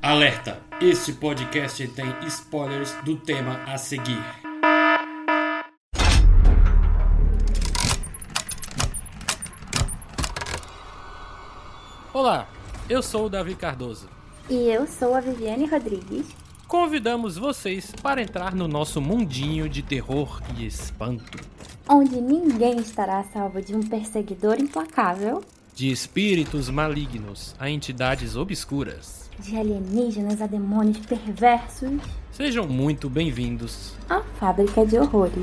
Alerta! Este podcast tem spoilers do tema a seguir. Olá, eu sou o Davi Cardoso. E eu sou a Viviane Rodrigues. Convidamos vocês para entrar no nosso mundinho de terror e espanto. Onde ninguém estará a salvo de um perseguidor implacável, De espíritos malignos a entidades obscuras. de alienígenas a demônios perversos, Sejam muito bem-vindos. à fábrica de horrores.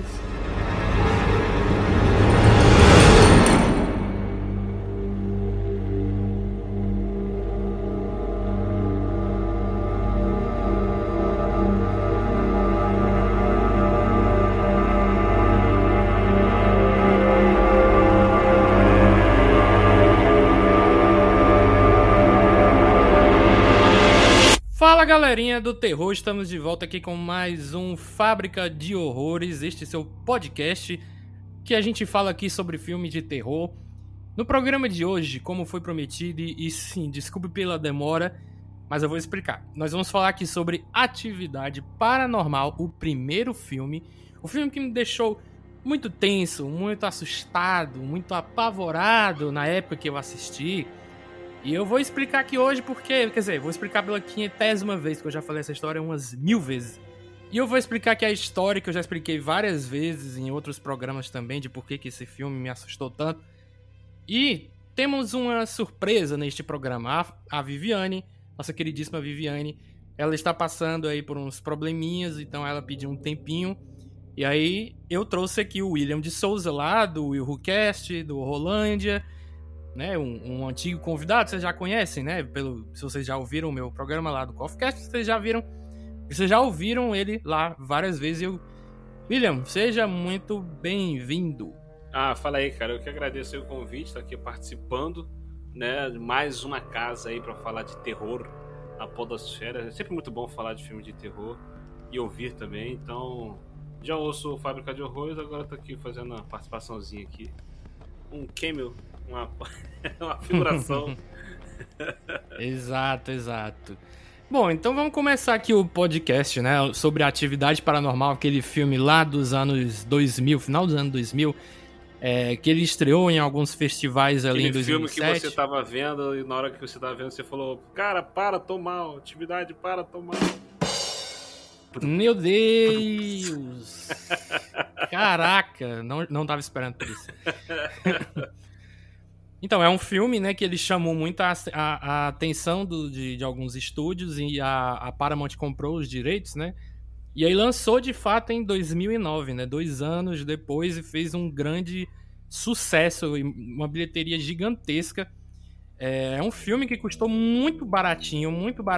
Fala galerinha do terror, estamos de volta aqui com mais um Fábrica de Horrores, este seu podcast que a gente fala aqui sobre filme de terror. No programa de hoje, como foi prometido, e sim, desculpe pela demora, mas eu vou explicar. Nós vamos falar aqui sobre Atividade Paranormal, o primeiro filme, o filme que me deixou muito tenso, muito assustado, muito apavorado na época que eu assisti. E eu vou explicar aqui hoje porque, quer dizer, vou explicar pela 500ª vez, que eu já falei essa história umas 1000 vezes. E eu vou explicar aqui a história que eu já expliquei várias vezes em outros programas também, de por que esse filme me assustou tanto. E temos uma surpresa neste programa. A Viviane, nossa queridíssima Viviane, ela está passando aí por uns probleminhas, então ela pediu um tempinho. E aí eu trouxe aqui o William de Souza lá, do Will Who Cast, do Rolândia, né, um antigo convidado, vocês já conhecem, né? Se vocês já ouviram o meu programa lá do CoffeeCast, vocês já ouviram ele lá várias vezes. William, seja muito bem-vindo. Fala aí, cara. Eu que agradeço aí o convite, estar aqui participando, né, de mais uma casa aí para falar de terror na podosfera. É sempre muito bom falar de filme de terror e ouvir também. Então, já ouço o Fábrica de Horrores, agora tô aqui fazendo uma participaçãozinha aqui. Um cameo, uma figuração. Exato. Bom, então vamos começar aqui o podcast, né, sobre a Atividade Paranormal, aquele filme lá dos anos 2000, final dos anos 2000, que ele estreou em alguns festivais ali em 2007. Aquele filme que você tava vendo e na hora que você tava vendo você falou, cara, para, tô mal, Atividade, para, tô mal. Meu Deus! Caraca, não tava esperando por isso. Então, é um filme, né, que ele chamou muito a atenção de alguns estúdios e a Paramount comprou os direitos, né? E aí lançou de fato em 2009, né? 2 anos depois, e fez um grande sucesso, uma bilheteria gigantesca. É um filme que custou muito baratinho.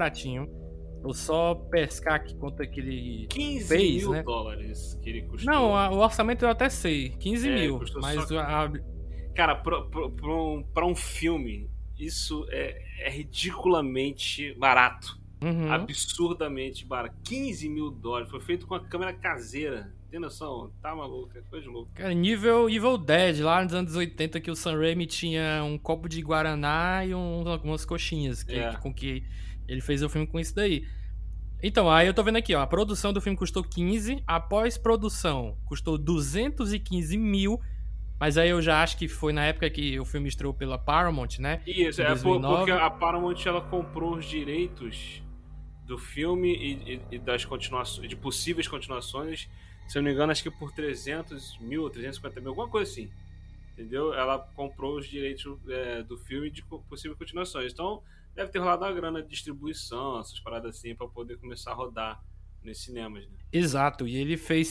Vou só pescar aqui quanto é que ele 15 fez, mil né? dólares que ele custou. Não, o orçamento eu até sei, 15 mil. Mas Cara, pra um filme, isso é ridiculamente barato. Uhum. Absurdamente barato. 15 mil dólares. Foi feito com a câmera caseira. Tem noção? Tá maluco? É coisa de louco. Cara, nível Evil Dead, lá nos anos 80, que o Sam Raimi tinha um copo de Guaraná e algumas coxinhas, com que ele fez o filme com isso daí. Então, aí eu tô vendo aqui, ó, a produção do filme custou 15, a pós-produção custou 215 mil, mas aí eu já acho que foi na época que o filme estreou pela Paramount, né? Isso, porque a Paramount ela comprou os direitos do filme e das continuações, de possíveis continuações, se eu não me engano, acho que por 300 mil ou 350 mil, alguma coisa assim. Entendeu? Ela comprou os direitos do filme de possíveis continuações. Então, deve ter rolado uma grana de distribuição, essas paradas assim, pra poder começar a rodar nos cinemas, né? Exato, e ele fez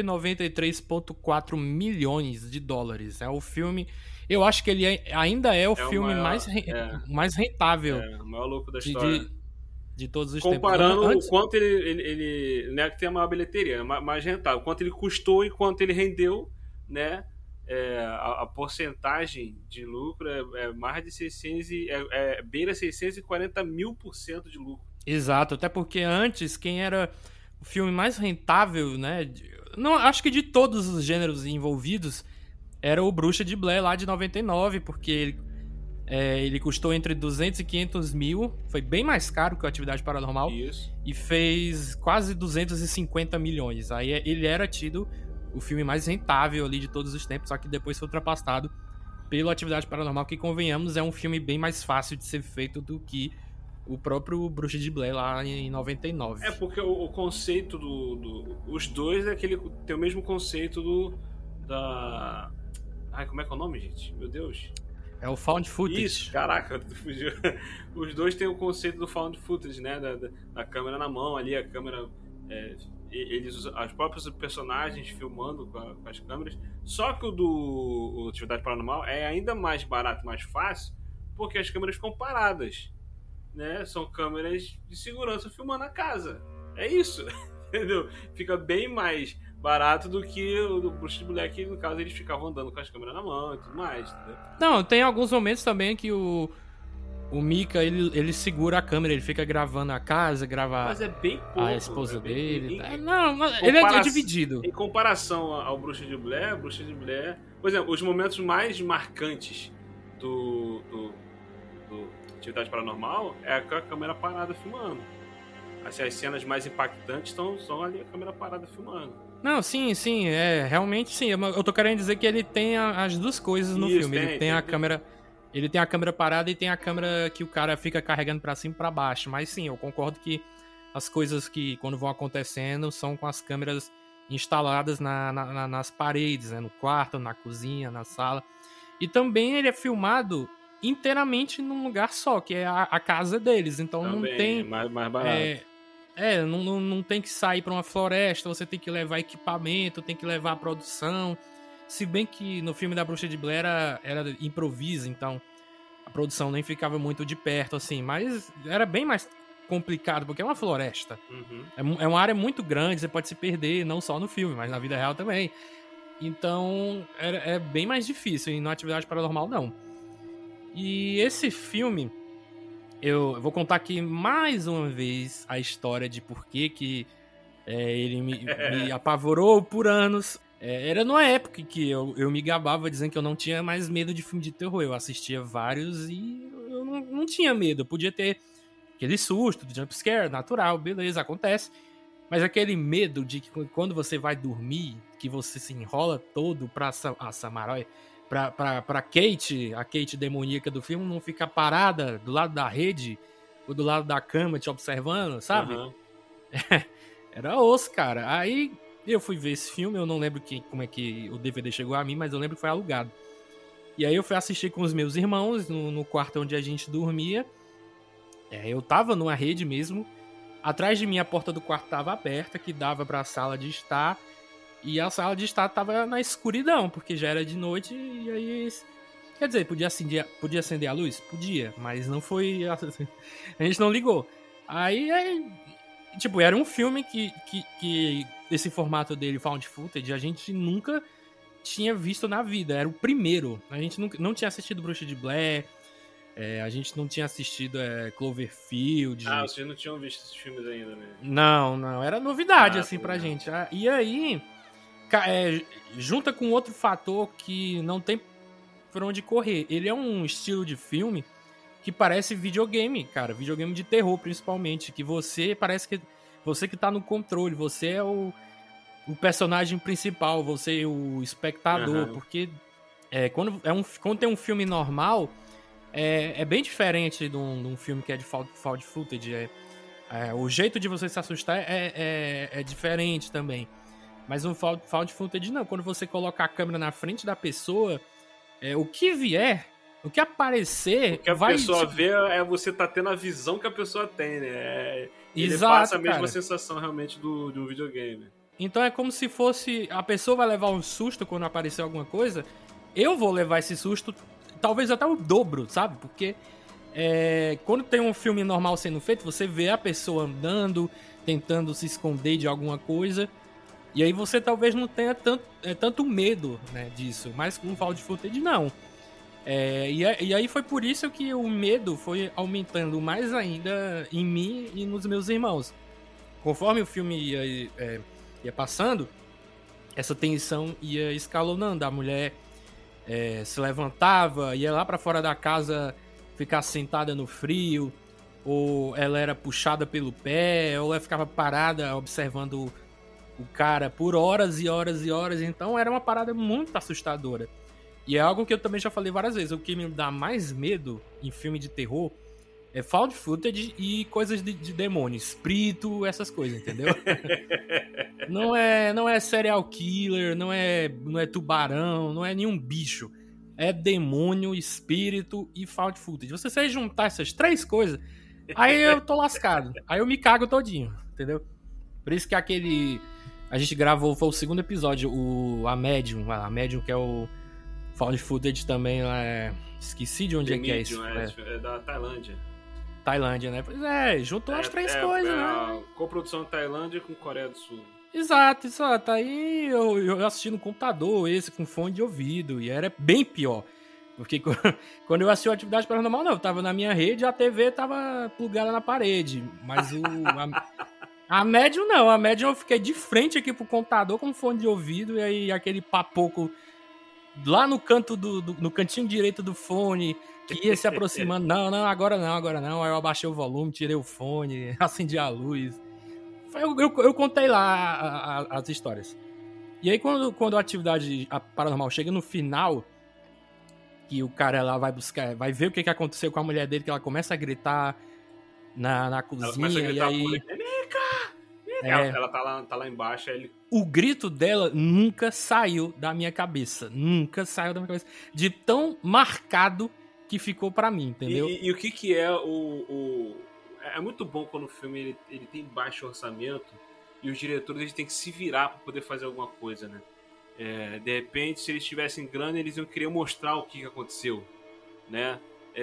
193,4 milhões de dólares. É o filme. Eu acho que ele ainda é o filme mais rentável. O maior lucro da história. De todos os comparando tempos. O quanto ele né, que tem a maior bilheteria, mais rentável. Quanto ele custou e quanto ele rendeu, né? A porcentagem de lucro é mais de 600 beira 640 mil% de lucro. Exato, até porque antes quem era o filme mais rentável, né? Não, acho que de todos os gêneros envolvidos era o Bruxa de Blair lá de 99, porque ele Ele custou entre 200 e 500 mil, foi bem mais caro que o Atividade Paranormal. Isso. E fez quase 250 milhões. Aí ele era tido o filme mais rentável ali de todos os tempos, só que depois foi ultrapassado pelo Atividade Paranormal, que, convenhamos, é um filme bem mais fácil de ser feito do que o próprio Bruxa de Blair lá em 99. Porque o conceito os dois tem o mesmo conceito da... Ai, como é que é o nome, gente? Meu Deus. É o Found Footage. Isso, caraca, fugiu. Os dois têm o conceito do Found Footage, né? Da câmera na mão ali, a câmera... os próprios personagens filmando com as câmeras. Só que o Atividade Paranormal é ainda mais barato, mais fácil, porque as câmeras ficam paradas, né? São câmeras de segurança filmando a casa. É isso, entendeu? Fica bem mais barato do que o do Bruxa de Blair, que no caso eles ficavam andando com as câmeras na mão e tudo mais, entendeu? Não, tem alguns momentos também que o Micah, ele segura a câmera, ele fica gravando a casa, Mas é bem pouco, a esposa dele. Não, ele é dividido. Em comparação ao Bruxa de Blair, por exemplo, os momentos mais marcantes do Atividade Paranormal é com a câmera parada filmando. Assim, as cenas mais impactantes são ali a câmera parada filmando. Não, sim, realmente sim. Eu tô querendo dizer que ele tem as duas coisas no filme. Ele tem a câmera... Ele tem a câmera parada e tem a câmera que o cara fica carregando pra cima e pra baixo. Mas sim, eu concordo que as coisas que, quando vão acontecendo, são com as câmeras instaladas nas paredes, né? No quarto, na cozinha, na sala. E também ele é filmado inteiramente num lugar só, que é a casa deles. Então também não tem... mais barato. Não tem que sair pra uma floresta, você tem que levar equipamento, tem que levar a produção... Se bem que no filme da Bruxa de Blair era improviso, então a produção nem ficava muito de perto, assim. Mas era bem mais complicado, porque é uma floresta. Uhum. É uma área muito grande, você pode se perder, não só no filme, mas na vida real também. Então é bem mais difícil, e na Atividade Paranormal não. E esse filme, eu vou contar aqui mais uma vez a história de por que ele me apavorou por anos. Era numa época que eu me gabava dizendo que eu não tinha mais medo de filme de terror. Eu assistia vários e eu não tinha medo. Eu podia ter aquele susto do jumpscare, natural, beleza, acontece. Mas aquele medo de que quando você vai dormir, que você se enrola todo pra a Samarai, pra Kate, a Kate demoníaca do filme, não ficar parada do lado da rede ou do lado da cama te observando, sabe? Uhum. Era osso, cara. Aí... Eu fui ver esse filme, eu não lembro como é que o DVD chegou a mim, mas eu lembro que foi alugado. E aí eu fui assistir com os meus irmãos, no quarto onde a gente dormia. Eu tava numa rede mesmo. Atrás de mim a porta do quarto tava aberta, que dava pra sala de estar. E a sala de estar tava na escuridão, porque já era de noite. E aí... Quer dizer, podia acender a luz? Podia, mas não foi... A gente não ligou. Aí tipo, era um filme que esse formato dele, Found Footage, a gente nunca tinha visto na vida. Era o primeiro. A gente não tinha assistido Bruxa de Blair, a gente não tinha assistido Cloverfield. Vocês não tinham visto esses filmes ainda, né? Não. Era novidade, assim, pra gente. E aí, junta com outro fator que não tem por onde correr. Ele é um estilo de filme que parece videogame, cara. Videogame de terror, principalmente. Que parece que você que tá no controle, você é o personagem principal, você é o espectador. Uhum. Porque quando tem um filme normal, é bem diferente de um filme que é de found footage. O jeito de você se assustar é diferente também. Mas no found footage não. Quando você coloca a câmera na frente da pessoa, o que vier... O que aparecer... O que a pessoa vê você tá tendo a visão que a pessoa tem, né? Ele Exato, passa a mesma cara. sensação realmente de um videogame. Então é como se fosse... A pessoa vai levar um susto quando aparecer alguma coisa. Eu vou levar esse susto, talvez até o dobro, sabe? Porque quando tem um filme normal sendo feito, você vê a pessoa andando, tentando se esconder de alguma coisa. E aí você talvez não tenha tanto medo, né, disso. Mas com o found footage, não. E aí foi por isso que o medo foi aumentando mais ainda em mim e nos meus irmãos. Conforme o filme ia passando, essa tensão ia escalonando. A mulher se levantava, ia lá pra fora da casa ficar sentada no frio, ou ela era puxada pelo pé, ou ela ficava parada observando o cara por horas e horas e horas. Então era uma parada muito assustadora. E é algo que eu também já falei várias vezes. O que me dá mais medo em filme de terror é found footage e coisas de demônio, espírito, essas coisas, entendeu? Não é serial killer, não é tubarão, não é nenhum bicho. É demônio, espírito e found footage. Você juntar essas três coisas, aí eu tô lascado. Aí eu me cago todinho, entendeu? Por isso que a gente gravou, foi o segundo episódio, a Medium que é o found footage também, esqueci de onde The é que é Medium, isso. É da Tailândia. Tailândia, né? Pois juntou as três coisas, né? A coprodução Tailândia com Coreia do Sul. Exato. Aí eu assisti no computador, esse com fone de ouvido, e era bem pior. Porque quando eu assisti o Atividade Paranormal, não, eu tava na minha rede e a TV tava plugada na parede. Mas a Medium não, a Medium eu fiquei de frente aqui pro computador com fone de ouvido, e aí aquele papoco lá no canto no cantinho direito do fone, que ia se aproximando. Não, agora não. Aí eu abaixei o volume, tirei o fone, acendi a luz. Eu contei lá as histórias. E aí quando a Atividade Paranormal chega no final, que o cara lá vai ver o que aconteceu com a mulher dele, que ela começa a gritar na cozinha. Ela começa a gritar, e aí... Ela tá lá embaixo, aí ele... O grito dela nunca saiu da minha cabeça. De tão marcado que ficou pra mim, entendeu? E o que é É muito bom quando o filme ele tem baixo orçamento e os diretores eles têm que se virar pra poder fazer alguma coisa, né? De repente, se eles tivessem grana, eles iam querer mostrar o que aconteceu, né?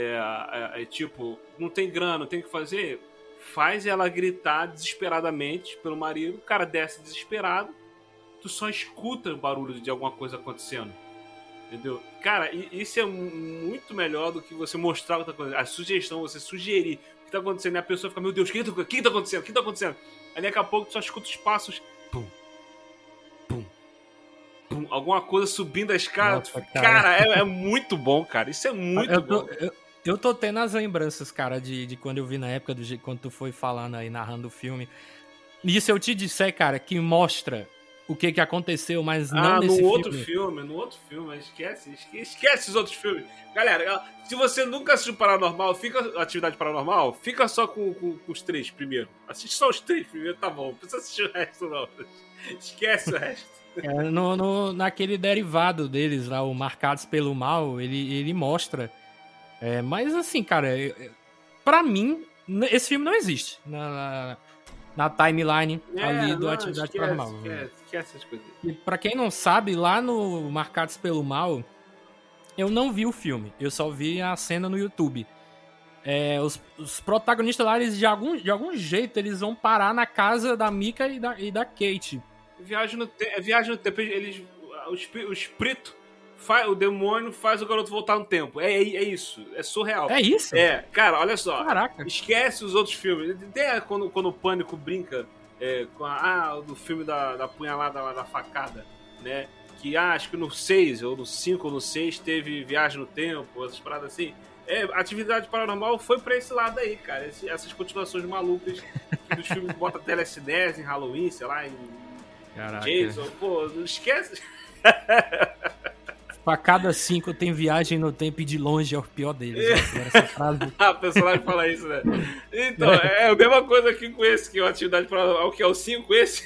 Tipo, não tem grana, não tem o que fazer... Faz ela gritar desesperadamente pelo marido, o cara desce desesperado, tu só escuta o barulho de alguma coisa acontecendo, entendeu? Cara, isso é muito melhor do que você mostrar o que tá acontecendo. A sugestão, você sugerir o que tá acontecendo, e a pessoa fica, meu Deus, o que tá acontecendo? O que tá acontecendo? Aí daqui a pouco tu só escuta os passos, pum, pum, pum, alguma coisa subindo a escada. Nossa, cara, é muito bom, cara, isso é muito bom. Eu tô tendo as lembranças, cara, de quando eu vi na época, quando tu foi falando aí, narrando o filme. E se eu te disser, cara, que mostra o que aconteceu, mas não nesse filme. No outro filme, esquece os outros filmes. Galera, se você nunca assistiu Paranormal, Atividade Paranormal, fica só com os três primeiro. Assiste só os três primeiro, tá bom. Não precisa assistir o resto, não. Esquece o resto. Naquele derivado deles lá, o Marcados pelo Mal, ele mostra... mas assim, cara, pra mim, esse filme não existe na timeline ali do Atividade Paranormal. Esquece essas coisas. E pra quem não sabe, lá no Marcados pelo Mal, eu não vi o filme, eu só vi a cena no YouTube. Os protagonistas lá, eles de algum jeito, eles vão parar na casa da Mika e da Kate. Viagem no tempo, o espírito... O demônio faz o garoto voltar no tempo. É isso. É surreal. É isso? Cara, olha só. Caraca. Esquece os outros filmes. Até quando o Pânico brinca com do filme da punhalada lá, da facada, né? Que acho que no 6, ou no 5, ou no 6 teve Viagem no Tempo, essas paradas assim. Atividade Paranormal foi pra esse lado aí, cara. Essas continuações malucas dos filmes que bota TLS-10 em Halloween, sei lá, em Jason. Pô, não esquece. Facada 5 tem Viagem no Tempo e de longe é o pior deles. Essa frase... A personagem fala isso, né? Então, é a mesma coisa aqui com esse, que é uma Atividade Paranormal, que é o 5, esse.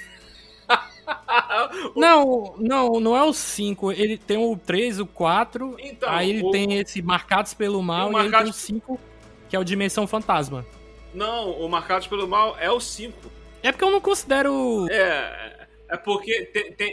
Não é o 5. Ele tem o 3, o 4. Então, aí ele tem esse Marcados pelo Mal e aí tem o 5, que é o Dimensão Fantasma. Não, o Marcados pelo Mal é o 5. É porque eu não considero... É porque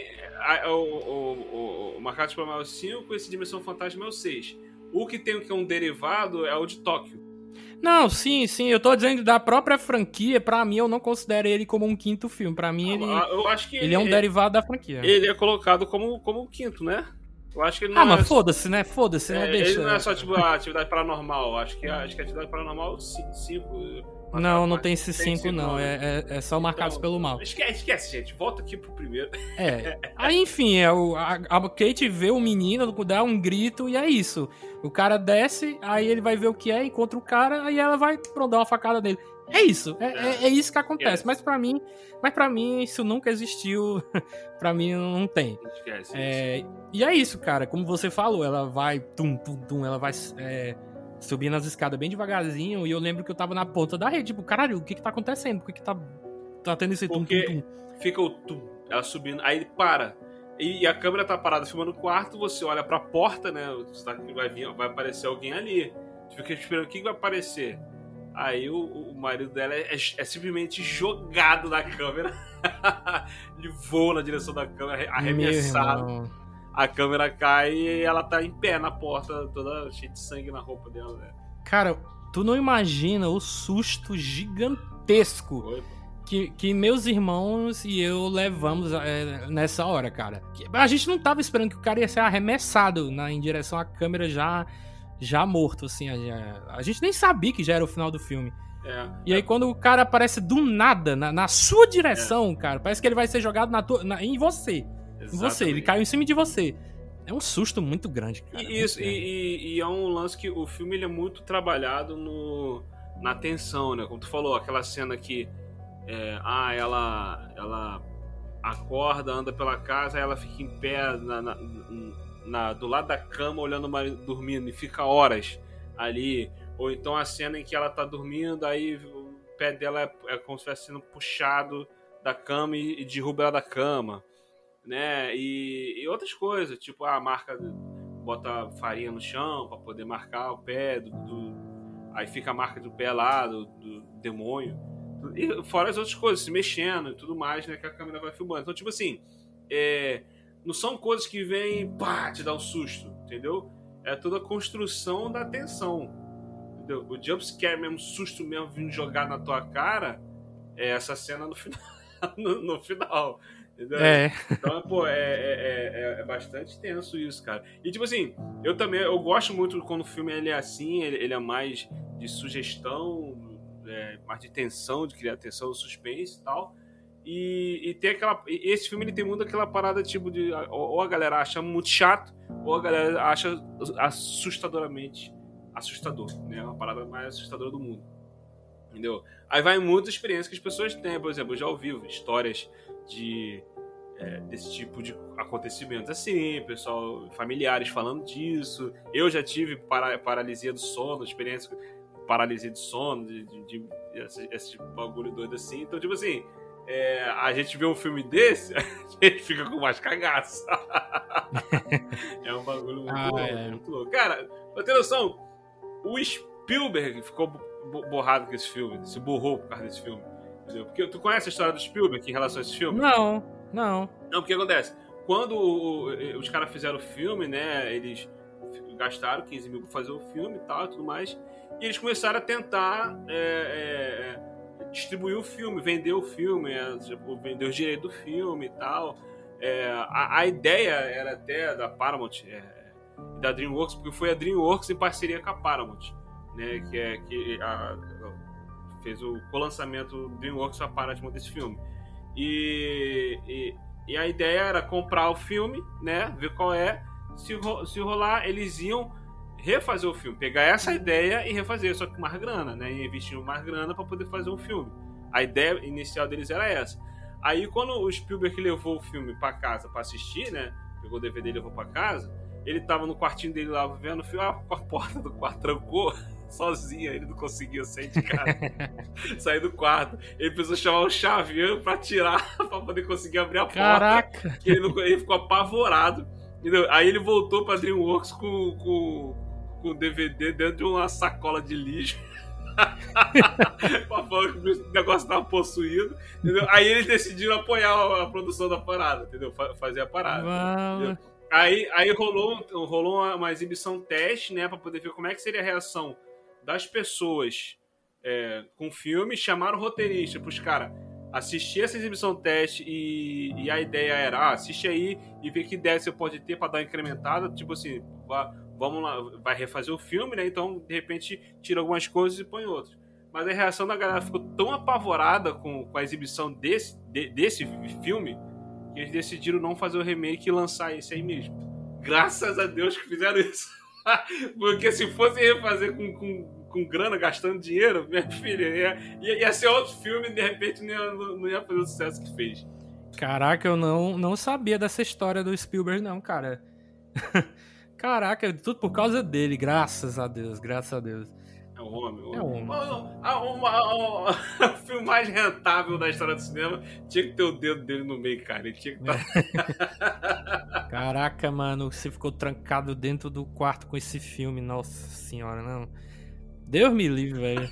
o Marcados pelo Mal é o 5, esse Dimensão Fantasma é o 6. O que tem que é um derivado é o de Tóquio. Não, sim, eu tô dizendo da própria franquia, pra mim eu não considero ele como um quinto filme, pra mim eu acho que ele é um derivado da franquia. Ele é colocado como o quinto, né? Eu acho que ele não mas foda-se, né? Foda-se, né? Deixa. Ele não é só tipo a Atividade Paranormal, acho que a Atividade Paranormal é o 5. Não tem esses 5 não, é só marcados pelo mal. Esquece, gente, volta aqui pro primeiro. Aí enfim, a Kate vê o menino, dá um grito e é isso. O cara desce, aí ele vai ver o que é, encontra o cara, aí ela vai dar uma facada nele. É isso, é isso que acontece. Mas pra mim isso nunca existiu. Pra mim não tem. Esquece. E é isso, cara. Como você falou, ela vai ela vai subindo as escadas bem devagarzinho. E eu lembro que eu tava na ponta da rede. Tipo, caralho, o que tá acontecendo? Por que tá tendo esse Porque fica o tum, ela subindo, aí ele para. E a câmera tá parada filmando o quarto, você olha pra porta, né? Vai aparecer alguém ali. Você fica esperando o que vai aparecer. Aí o marido dela é simplesmente jogado na câmera. Ele voa na direção da câmera, arremessado. A câmera cai e ela tá em pé na porta, toda cheia de sangue na roupa dela, né? Cara, tu não imagina o susto gigantesco que meus irmãos e eu levamos nessa hora, cara. A gente não tava esperando que o cara ia ser arremessado em direção à câmera já morto, assim. A gente nem sabia que já era o final do filme. E aí quando o cara aparece do nada na sua direção, cara, parece que ele vai ser jogado em você. Em você, ele caiu em cima de você. É um susto muito grande, cara. E é um lance que o filme ele é muito trabalhado na tensão, né? Como tu falou, aquela cena que ela acorda, anda pela casa, aí ela fica em pé do lado da cama, olhando o marido dormindo, e fica horas ali. Ou então a cena em que ela tá dormindo, aí o pé dela é como se estivesse sendo puxado da cama e derruba ela da cama, né? E outras coisas, tipo a marca, bota farinha no chão pra poder marcar o pé aí fica a marca do pé lá do demônio, e fora as outras coisas, se mexendo e tudo mais, né, que a câmera vai filmando. Então, tipo assim, não são coisas que vêm, pá, te dar um susto, entendeu? É toda a construção da tensão, entendeu? O jumpscare mesmo, susto mesmo, vindo jogar na tua cara, é essa cena no final, no final, entendeu? Então, pô, é bastante tenso isso, cara. E, tipo assim, eu gosto muito quando o filme ele é assim, ele é mais de sugestão, mais de tensão, de criar tensão, suspense e tal. E tem esse filme ele tem muito aquela parada tipo de ou a galera acha muito chato ou a galera acha assustadoramente assustador, né? Uma parada mais assustadora do mundo, entendeu? Aí vai muitas experiências que as pessoas têm. Por exemplo, eu já ouvi histórias desse tipo de acontecimentos assim, pessoal, familiares falando disso. Eu já tive paralisia do sono, experiência com paralisia de sono, esse bagulho doido assim. Então, tipo assim, a gente vê um filme desse, a gente fica com mais cagaço. É um bagulho muito louco. Cara, pra ter noção, o Spielberg ficou borrado com esse filme, se borrou por causa desse filme. Entendeu? Porque tu conhece a história do Spielberg em relação a esse filme? Não, porque acontece? Quando os caras fizeram o filme, né, eles gastaram 15 mil pra fazer o filme e tal e tudo mais, e eles começaram a tentar distribuir o filme, vender o filme, vender os direitos do filme e tal. A ideia era até da Paramount, da DreamWorks, porque foi a DreamWorks em parceria com a Paramount, né, que fez o co-lançamento do DreamWorks com a Paramount desse filme. E a ideia era comprar o filme, né, ver qual se rolar, eles iam refazer o filme, pegar essa ideia e refazer, só que com mais grana, né, e investir mais grana para poder fazer um filme. A ideia inicial deles era essa. Aí quando o Spielberg levou o filme para casa para assistir, né, pegou o DVD e levou para casa, ele tava no quartinho dele lá vendo o filme, a porta do quarto trancou sozinha, ele não conseguia sair de casa, sair do quarto. Ele precisou chamar o chaveiro pra tirar, pra poder conseguir abrir a porta. Caraca! Ele ficou apavorado, entendeu? Aí ele voltou pra DreamWorks com o DVD dentro de uma sacola de lixo. Pra falar que o negócio tava possuído, entendeu? Aí eles decidiram apoiar a produção da parada, entendeu? Fazer a parada, entendeu? Aí rolou uma exibição teste, né, pra poder ver como é que seria a reação das pessoas com o filme. Chamaram o roteirista pros caras assistir essa exibição teste e a ideia era, assiste aí e vê que ideia você pode ter pra dar uma incrementada, tipo assim, vamos lá, vai refazer o filme, né, então de repente tira algumas coisas e põe outras. mas a reação da galera ficou tão apavorada com a exibição desse filme que eles decidiram não fazer o remake e lançar esse aí mesmo. Graças a Deus que fizeram isso. Porque se fosse refazer com grana, gastando dinheiro, minha filha, ia ser outro filme e de repente não ia fazer o sucesso que fez. Caraca, eu não sabia dessa história do Spielberg, não, cara. Caraca, tudo por causa dele, graças a Deus, graças a Deus. É um homem. É um homem. O filme mais rentável da história do cinema tinha que ter o dedo dele no meio, cara. Ele tinha que estar... Caraca, mano, você ficou trancado dentro do quarto com esse filme, nossa senhora, não. Deus me livre, velho.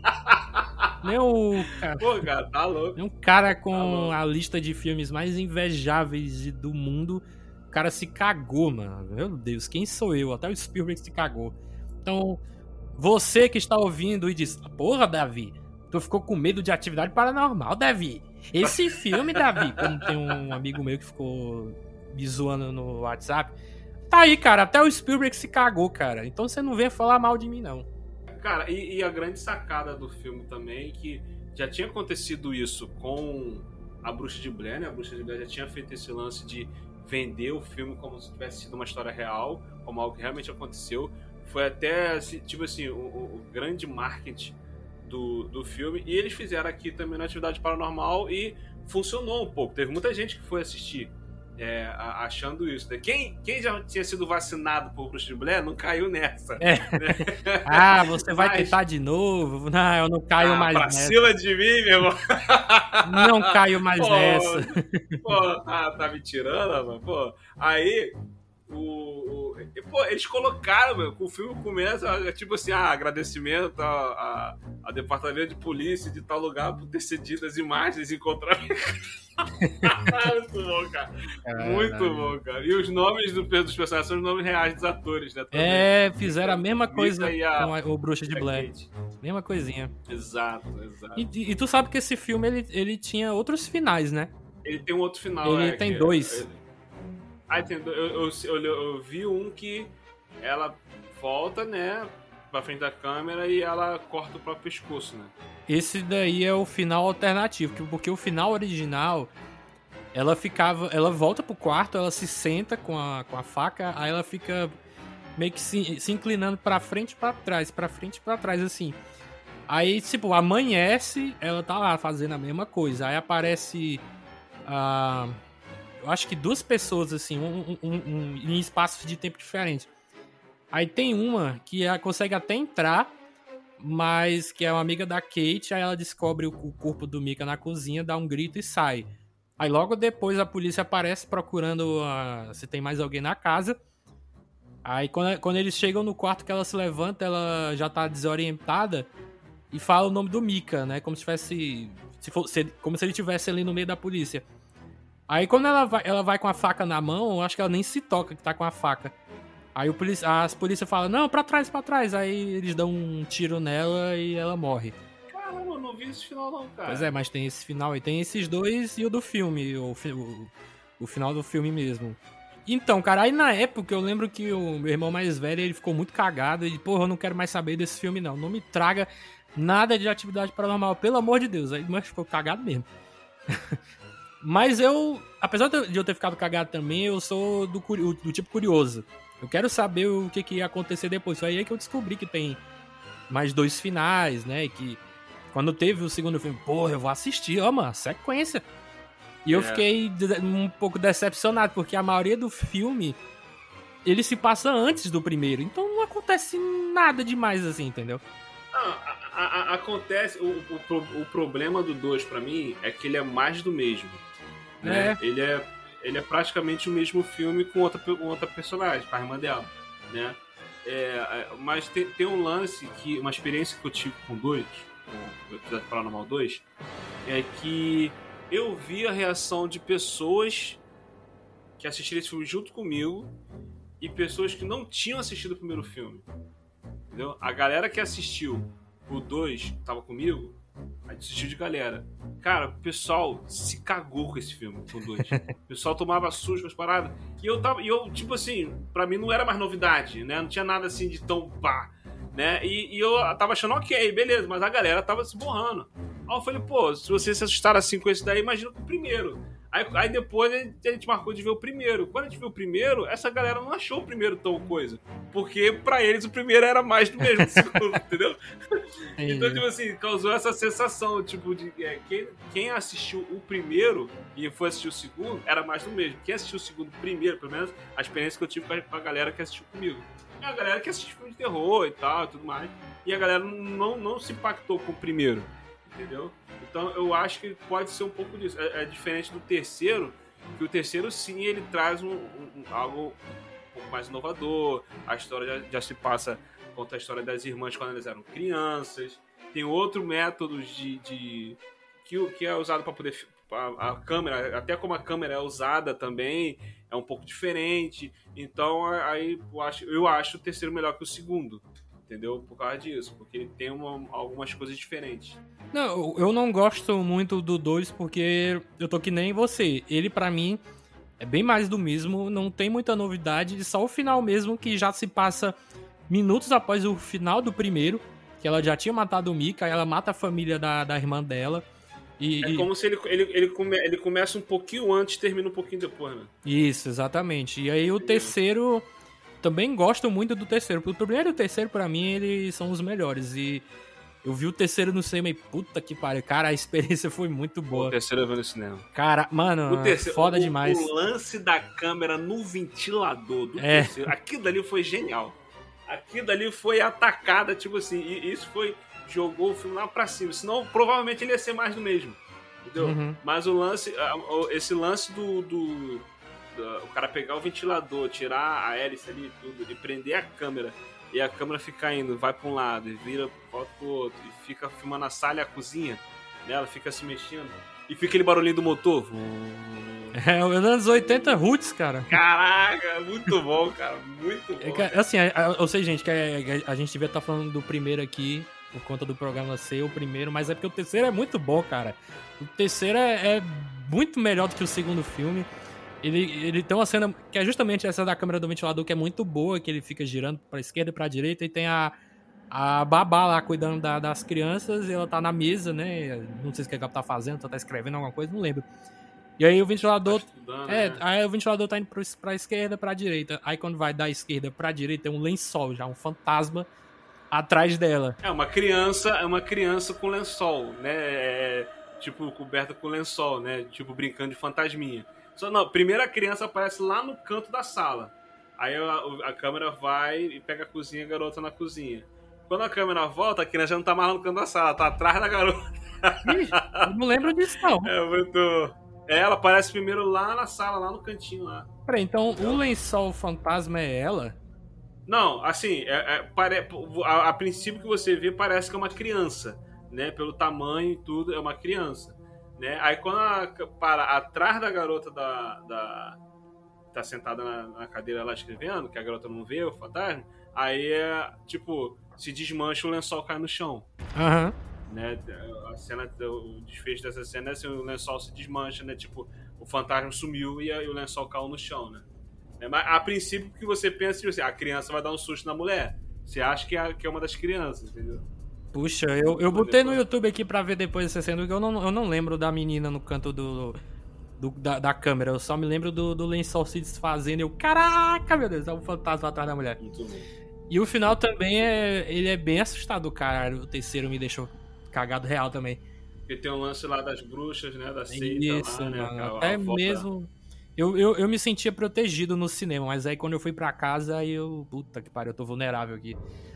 Pô, cara, tá louco. Nem um cara com a lista de filmes mais invejáveis do mundo, o cara se cagou, mano. Meu Deus, quem sou eu? Até o Spielberg se cagou. Então, você que está ouvindo e diz, porra, Davi, tu ficou com medo de Atividade Paranormal, Davi. Esse filme, Davi, como tem um amigo meu que ficou me zoando no WhatsApp, tá aí, cara, até o Spielberg se cagou, cara. Então você não venha falar mal de mim, não. Cara, e a grande sacada do filme também, que já tinha acontecido isso com A Bruxa de Blair, né? A Bruxa de Blair já tinha feito esse lance de vender o filme como se tivesse sido uma história real, como algo que realmente aconteceu. Foi até, tipo assim, o grande marketing do filme. E eles fizeram aqui também na Atividade Paranormal e funcionou um pouco. Teve muita gente que foi assistir achando isso. Né? Quem já tinha sido vacinado por Bruxa de Blair não caiu nessa. Né? Ah, você vai tentar de novo? Não, eu não caio mais pra nessa. cima de mim, meu irmão. Não caio mais nessa. Pô, tá me tirando, mano? Pô, aí... Pô, eles colocaram, meu, o filme começa, tipo assim, agradecimento ao departamento de polícia de tal lugar por ter cedido as imagens e encontrar. Muito bom, cara. Muito bom, cara. E os nomes dos personagens são os nomes reais dos atores, né? Também. Fizeram a mesma coisa com o Bruxa de Blair. Mesma coisinha. Exato. E tu sabe que esse filme, ele tinha outros finais, né? Ele tem um outro final. Ele tem dois. Eu vi um que ela volta, né, pra frente da câmera e ela corta o próprio pescoço, né? Esse daí é o final alternativo, porque o final original, ela volta pro quarto, ela se senta com a faca, aí ela fica meio que se inclinando pra frente e pra trás, assim. Aí, tipo, amanhece, ela tá lá fazendo a mesma coisa, aí aparece eu acho que duas pessoas, assim, em espaços de tempo diferentes. Aí tem uma que ela consegue até entrar, mas que é uma amiga da Kate, aí ela descobre o corpo do Micah na cozinha, dá um grito e sai. Aí logo depois a polícia aparece procurando se tem mais alguém na casa. Aí quando eles chegam no quarto que ela se levanta, ela já tá desorientada e fala o nome do Micah, né? Como se tivesse... como se ele estivesse ali no meio da polícia. Aí quando ela vai com a faca na mão, eu acho que ela nem se toca que tá com a faca. Aí as polícias falam, não, pra trás. Aí eles dão um tiro nela e ela morre. Caramba, eu não vi esse final não, cara. Pois é, mas tem esse final aí. Tem esses dois e o do filme, o final do filme mesmo. Então, cara, aí na época eu lembro que o meu irmão mais velho, ele ficou muito cagado. Ele, porra, eu não quero mais saber desse filme não. Não me traga nada de Atividade Paranormal, pelo amor de Deus. Aí mas ficou cagado mesmo. Mas apesar de eu ter ficado cagado também, eu sou do tipo curioso. Eu quero saber o que ia acontecer depois. Foi aí que eu descobri que tem mais dois finais, né? E que quando teve o segundo filme, porra, eu vou assistir, mano, sequência. E eu fiquei um pouco decepcionado, porque a maioria do filme, ele se passa antes do primeiro. Então não acontece nada demais assim, entendeu? Acontece... O problema do 2, pra mim, é que ele é mais do mesmo. Né? Ele é praticamente o mesmo filme com outra personagem, com a irmã dela, né? Mas tem um lance, uma experiência que eu tive com o Episódio Paranormal 2, é que eu vi a reação de pessoas que assistiram esse filme junto comigo e pessoas que não tinham assistido o primeiro filme, entendeu? A galera que assistiu o 2, tava comigo, a gente assistiu de galera. Cara, o pessoal se cagou com esse filme, com o 2. O pessoal tomava susto com as paradas. E eu, tipo assim, pra mim não era mais novidade, né? Não tinha nada assim de tão pá. né? E eu tava achando ok, beleza, mas a galera tava se borrando. Aí eu falei, pô, se vocês se assustaram assim com esse daí, imagina com o primeiro. Aí depois a gente marcou de ver o primeiro. Quando a gente viu o primeiro, essa galera não achou o primeiro tão coisa. Porque pra eles o primeiro era mais do mesmo do segundo, entendeu? Então, tipo assim, causou essa sensação, tipo, de quem assistiu o primeiro e foi assistir o segundo, era mais do mesmo. Quem assistiu o segundo primeiro, pelo menos a experiência que eu tive com a galera que assistiu comigo. É a galera que assiste filme de terror e tal, e tudo mais. E a galera não se impactou com o primeiro, entendeu? Então eu acho que pode ser um pouco disso. É diferente do terceiro, que o terceiro sim, ele traz algo um pouco mais inovador. A história já se passa, conta a história das irmãs quando elas eram crianças. Tem outro método que é usado para poder... A câmera, até como a câmera é usada também, é um pouco diferente. Então aí eu acho o terceiro melhor que o segundo. Entendeu? Por causa disso, porque ele tem algumas coisas diferentes. Não, eu não gosto muito do 2 porque eu tô que nem você. Ele, pra mim, é bem mais do mesmo, não tem muita novidade, só o final mesmo, que já se passa minutos após o final do primeiro, que ela já tinha matado o Mika, aí ela mata a família da irmã dela. Como se ele começa um pouquinho antes e termina um pouquinho depois, né? Isso, exatamente. E aí o terceiro... Também gosto muito do terceiro. O primeiro e o terceiro, pra mim, eles são os melhores. E eu vi o terceiro no cinema e puta que pariu. Cara, a experiência foi muito boa. O terceiro eu vi no cinema. Cara, mano, foda demais. O lance da câmera no ventilador do terceiro, aquilo dali foi genial. Aquilo dali foi atacada, tipo assim, e isso jogou o filme lá pra cima. Senão, provavelmente ele ia ser mais do mesmo. Entendeu? Uhum. Mas esse lance o cara pegar o ventilador, tirar a hélice ali e tudo, e prender a câmera, e a câmera fica indo, vai pra um lado, e vira, volta pro outro, e fica filmando a sala e a cozinha, né? Ela fica se mexendo, e fica aquele barulhinho do motor. É, os anos 80 roots, cara. Caraca, muito bom, cara, muito bom. Assim, eu sei, gente, que a gente devia estar falando do primeiro aqui, por conta do programa ser o primeiro, mas é porque o terceiro é muito bom, cara. O terceiro é muito melhor do que o segundo filme. Ele tem uma cena que é justamente essa da câmera do ventilador, que é muito boa, que ele fica girando pra esquerda e pra direita, e tem a babá lá cuidando das crianças, e ela tá na mesa, né? Não sei o que ela tá fazendo, ela tá escrevendo alguma coisa, não lembro. E aí o ventilador... né? Aí o ventilador tá indo pra esquerda, pra direita. Aí quando vai da esquerda pra direita, tem um lençol já, um fantasma atrás dela. É uma criança com lençol, né? Tipo, coberta com lençol, né? Tipo, brincando de fantasminha. Só não, primeiro a criança aparece lá no canto da sala. Aí a câmera vai e pega a cozinha, a garota na cozinha. Quando a câmera volta, a criança já não tá mais lá no canto da sala, tá atrás da garota. Eu não lembro disso, não. É muito... Ela aparece primeiro lá na sala, lá no cantinho lá. Peraí, então o lençol fantasma é ela? Não, assim, a princípio que você vê parece que é uma criança, né? Pelo tamanho e tudo, é uma criança. Né? Aí quando ela para atrás da garota tá sentada na cadeira lá escrevendo, que a garota não vê o fantasma, aí tipo, se desmancha, o lençol cai no chão. Aham. Né? O desfecho dessa cena é assim, o lençol se desmancha, né? Tipo, o fantasma sumiu e o lençol caiu no chão, né? Mas a princípio que você pensa, tipo assim, a criança vai dar um susto na mulher. Você acha que é uma das crianças, entendeu? Puxa, eu botei no YouTube aqui pra ver depois essa cena, porque eu não lembro da menina no canto da câmera. Eu só me lembro do lençol se desfazendo. Eu, caraca, meu Deus, é um fantasma atrás da mulher. Muito bom. E o final também ele é bem assustador, cara. O terceiro me deixou cagado real também. Porque tem um lance lá das bruxas, né? Da seita Isso, lá, né? mano. Até mesmo... Eu me sentia protegido no cinema, mas aí quando eu fui pra casa, aí eu... Puta que pariu, eu tô vulnerável aqui.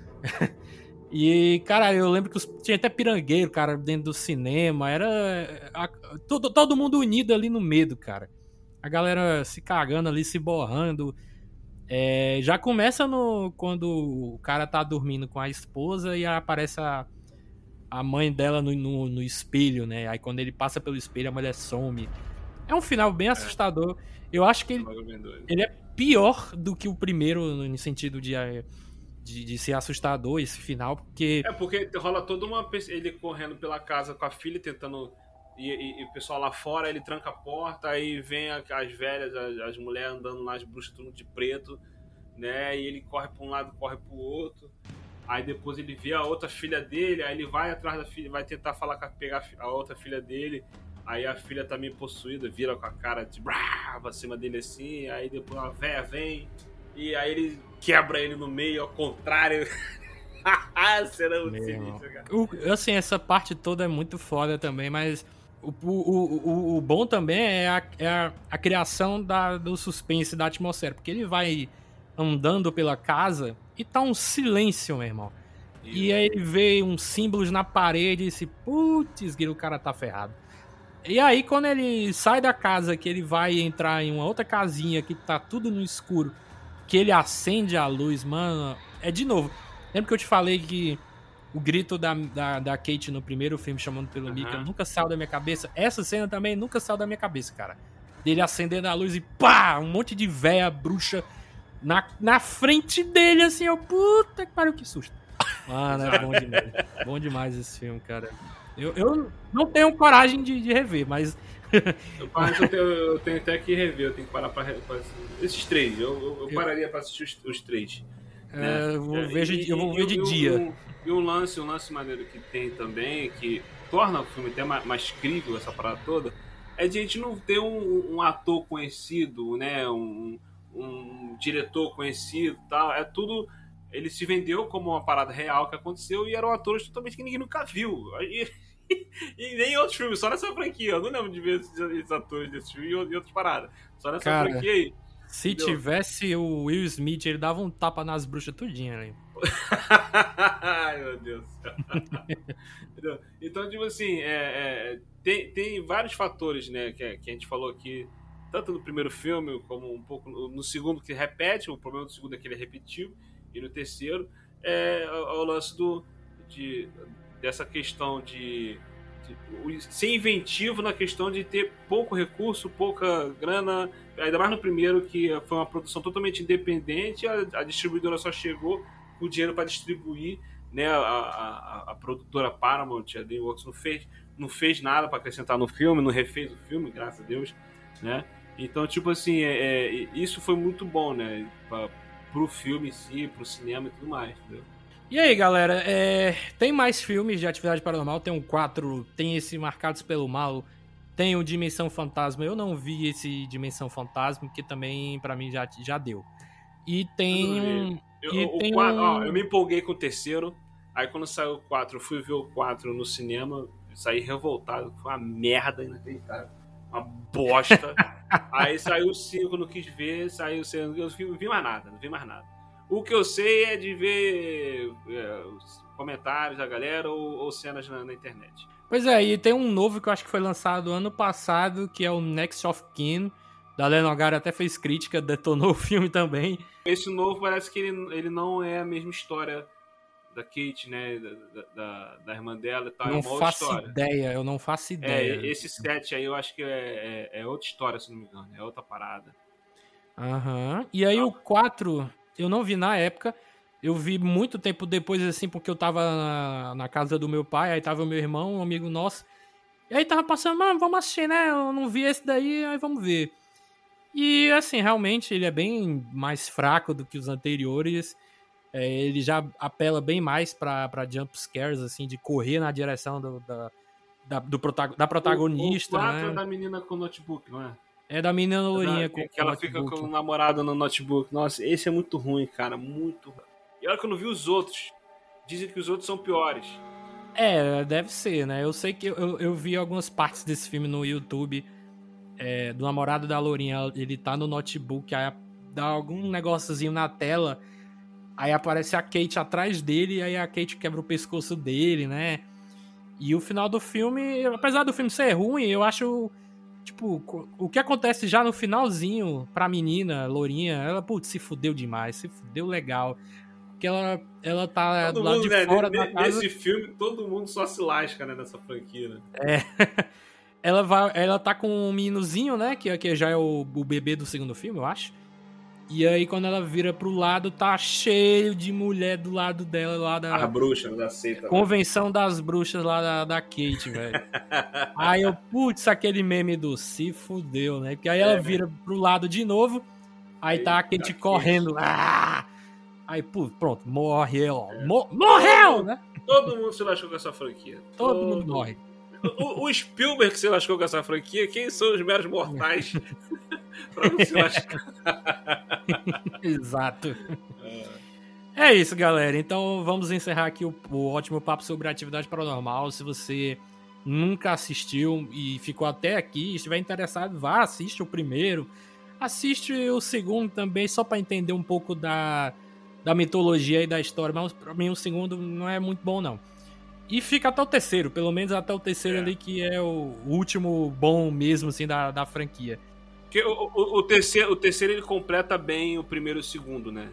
E, cara, eu lembro que tinha até pirangueiro, cara, dentro do cinema. Era todo mundo unido ali no medo, cara. A galera se cagando ali, se borrando. Já começa quando o cara tá dormindo com a esposa e aparece a mãe dela no espelho, né? Aí quando ele passa pelo espelho, a mulher some. É um final bem assustador. Eu acho que ele é pior do que o primeiro, no sentido de ser assustador, esse final, porque... Porque rola toda ele correndo pela casa com a filha, tentando... E o pessoal lá fora, ele tranca a porta, aí vem as velhas, as mulheres andando lá, as bruxas tudo de preto, né? E ele corre pra um lado, corre pro outro. Aí depois ele vê a outra filha dele, aí ele vai atrás da filha, vai tentar pegar a outra filha dele. Aí a filha tá meio possuída, vira com a cara de brava acima dele assim. Aí depois a véia vem e aí ele quebra ele no meio, ao contrário. Será muito sinistro, cara. Assim, essa parte toda é muito foda também, mas o bom também é a criação do suspense da atmosfera, porque ele vai andando pela casa e tá um silêncio, meu irmão. E aí ele vê uns símbolos na parede e se, putz, o cara tá ferrado. E aí quando ele sai da casa, que ele vai entrar em uma outra casinha que tá tudo no escuro, que ele acende a luz, mano, é de novo. Lembra que eu te falei que o grito da Kate no primeiro filme, chamando pelo Mika, nunca saiu da minha cabeça? Essa cena também nunca saiu da minha cabeça, cara. Dele acendendo a luz e pá, um monte de véia bruxa na frente dele, assim, eu, puta que pariu, que susto. Mano, é bom demais. Bom demais esse filme, cara. Eu não tenho coragem de rever, mas... eu tenho até que rever, eu tenho que parar pra esses três, eu pararia pra assistir os três. Né? Eu vou ver de dia. E um lance maneiro que tem também, que torna o filme até mais crível, essa parada toda, é de a gente não ter um ator conhecido, né, um diretor conhecido e tal, é tudo... Ele se vendeu como uma parada real que aconteceu e eram atores totalmente que ninguém nunca viu. E nem em outros filmes, só nessa franquia. Eu não lembro de ver esses atores desse filme e outras paradas. Só nessa franquia aí. Se entendeu? Tivesse o Will Smith, ele dava um tapa nas bruxas tudinho, né? Ai, meu Deus do céu. Então, tipo assim, tem vários fatores, né, que a gente falou aqui, tanto no primeiro filme, como um pouco no segundo, que repete. O problema do segundo é que ele é repetitivo. E no terceiro é o lance dessa questão de ser inventivo na questão de ter pouco recurso, pouca grana, ainda mais no primeiro, que foi uma produção totalmente independente, a distribuidora só chegou com o dinheiro para distribuir, né? A produtora Paramount, a DreamWorks, não fez nada para acrescentar no filme, não refez o filme, graças a Deus, né? Então, tipo assim, isso foi muito bom, né? Pro filme em si, pro cinema e tudo mais, entendeu? E aí, galera, tem mais filmes de Atividade Paranormal, tem o 4, tem esse Marcados pelo Mal, tem o Dimensão Fantasma. Eu não vi esse Dimensão Fantasma, que também pra mim já deu. E tem eu me empolguei com o terceiro, aí quando saiu o 4, eu fui ver o 4 no cinema, saí revoltado, foi uma merda inacreditável, uma bosta. Aí saiu o 5, não quis ver, saiu o 6, eu não vi mais nada. O que eu sei é de ver os comentários da galera ou cenas na internet. Pois é, e tem um novo que eu acho que foi lançado ano passado, que é o Next of Kin. Da Lenogara até fez crítica, detonou o filme também. Esse novo parece que ele não é a mesma história da Kate, né? Da irmã dela e tal. Eu não faço ideia. Esse 7 aí eu acho que é outra história, se não me engano. É outra parada. Aham. E aí o 4, eu não vi na época. Eu vi muito tempo depois, assim, porque eu tava na casa do meu pai, aí tava o meu irmão, um amigo nosso. E aí tava passando, mano, vamos assistir, né? Eu não vi esse daí, aí vamos ver. E, assim, realmente ele é bem mais fraco do que os anteriores. Ele já apela bem mais pra jump scares, assim, de correr na direção da protagonista. O 4 né? É da menina com notebook, não é? É da menina lourinha com que ela notebook. Fica com o namorado no notebook. Nossa, esse é muito ruim, cara, muito ruim. E olha que eu não vi os outros. Dizem que os outros são piores. Deve ser, né? Eu sei que eu vi algumas partes desse filme no YouTube, do namorado da lourinha. Ele tá no notebook, aí dá algum negóciozinho na tela, aí aparece a Kate atrás dele, e aí a Kate quebra o pescoço dele, né? E o final do filme, apesar do filme ser ruim, eu acho, tipo, o que acontece já no finalzinho pra menina, lourinha, ela, putz, se fudeu demais, se fudeu legal. Porque ela tá todo do lado mundo, de fora da casa. Nesse filme, todo mundo só se lasca, né, nessa franquia, né? Ela tá com um meninozinho, né, que já é o bebê do segundo filme, eu acho. E aí, quando ela vira pro lado, tá cheio de mulher do lado dela, lá da... A bruxa, da seita. Convenção das bruxas lá da Kate, velho. Aí eu, putz, aquele meme do se fudeu, né? Porque aí ela vira pro lado de novo, aí tá a Kate correndo. Aí, pronto, morreu. Morreu, né? Todo mundo se lascou com essa franquia. Todo mundo morre. O Spielberg se lascou com essa franquia. Quem são os meros mortais pra não se lascar? Exato. É isso, galera. Então vamos encerrar aqui o ótimo papo sobre Atividade Paranormal. Se você nunca assistiu e ficou até aqui, estiver interessado, vá, assiste o primeiro. Assiste o segundo também, só pra entender um pouco da mitologia e da história. Mas pra mim o segundo não é muito bom, não. E fica até o terceiro, pelo menos até o terceiro ali, que é o último bom mesmo, assim, da franquia. Porque o terceiro ele completa bem o primeiro e o segundo, né?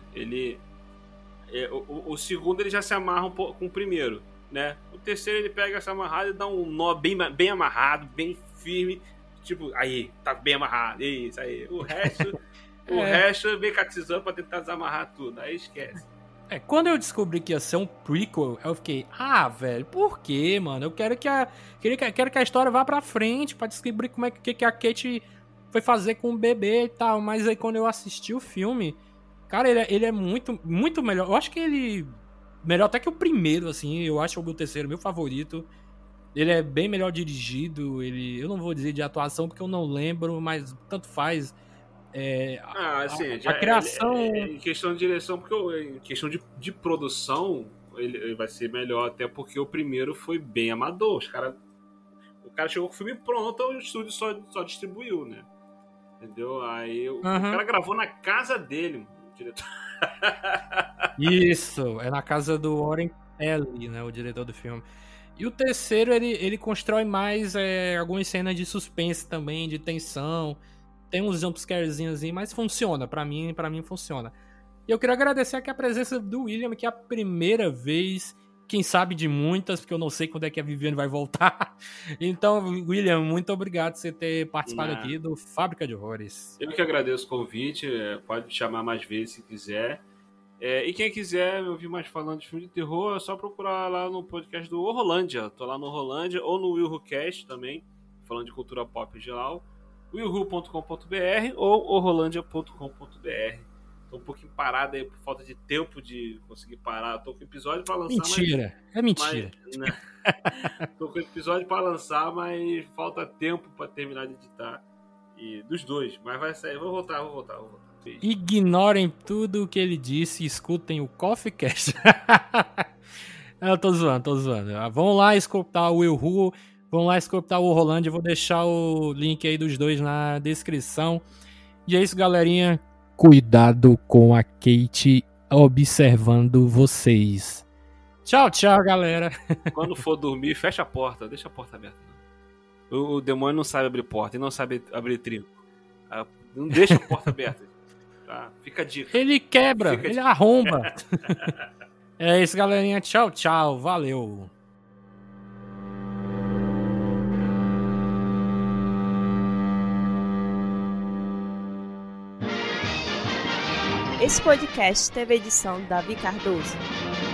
O segundo ele já se amarra um pouco com o primeiro, né? O terceiro ele pega essa amarrada e dá um nó bem amarrado, bem firme. Tipo, aí, tá bem amarrado, isso aí. O resto vem catizando pra tentar desamarrar tudo, aí esquece. Quando eu descobri que ia ser um prequel, eu fiquei, velho, por quê, mano? Eu quero que a história vá pra frente pra descobrir como é que a Kate foi fazer com o bebê e tal. Mas aí quando eu assisti o filme, cara, ele é muito, muito melhor. Eu acho que ele... Melhor até que o primeiro, assim. Eu acho o terceiro meu favorito. Ele é bem melhor dirigido. Eu não vou dizer de atuação porque eu não lembro, mas tanto faz. A criação... Em questão de direção, porque em questão de produção, ele vai ser melhor, até porque o primeiro foi bem amador. O cara chegou com o filme pronto, o estúdio só distribuiu, né? Entendeu? Aí o cara gravou na casa dele, o diretor. Isso, é na casa do Warren Ellis, né, o diretor do filme. E o terceiro, ele constrói mais algumas cenas de suspense também, de tensão. Tem uns jumpscarezinhos, mas funciona. Pra mim funciona. E eu queria agradecer aqui a presença do William, que é a primeira vez, quem sabe de muitas, porque eu não sei quando é que a Viviane vai voltar. Então, William, muito obrigado por você ter participado aqui do Fábrica de Horrores. Eu que agradeço o convite. Pode me chamar mais vezes se quiser. E quem quiser me ouvir mais falando de filme de terror, é só procurar lá no podcast do Horrorlândia. Tô lá no Horrorlândia ou no WilHuCast também, falando de cultura pop em geral. willhu.com.br ou horrorlandia.com.br. Tô um pouquinho parado aí por falta de tempo de conseguir parar. Tô com episódio pra lançar. Mentira, é mentira. Tô com episódio pra lançar, mas falta tempo pra terminar de editar. E dos dois, mas vai sair. Vou voltar. Beijo. Ignorem tudo o que ele disse e escutem o Coffee Cast. Eu tô zoando. Vão lá escutar o Wilhu. Vão lá escutar o Horrorlândia. Eu vou deixar o link aí dos dois na descrição. E é isso, galerinha. Cuidado com a Kate observando vocês. Tchau, galera. Quando for dormir, fecha a porta. Deixa a porta aberta. O demônio não sabe abrir porta e não sabe abrir trinco. Não deixa a porta aberta. Tá? Fica a dica. Ele quebra, ele arromba. É isso, galerinha. Tchau. Valeu. Esse podcast teve edição Davi Cardoso.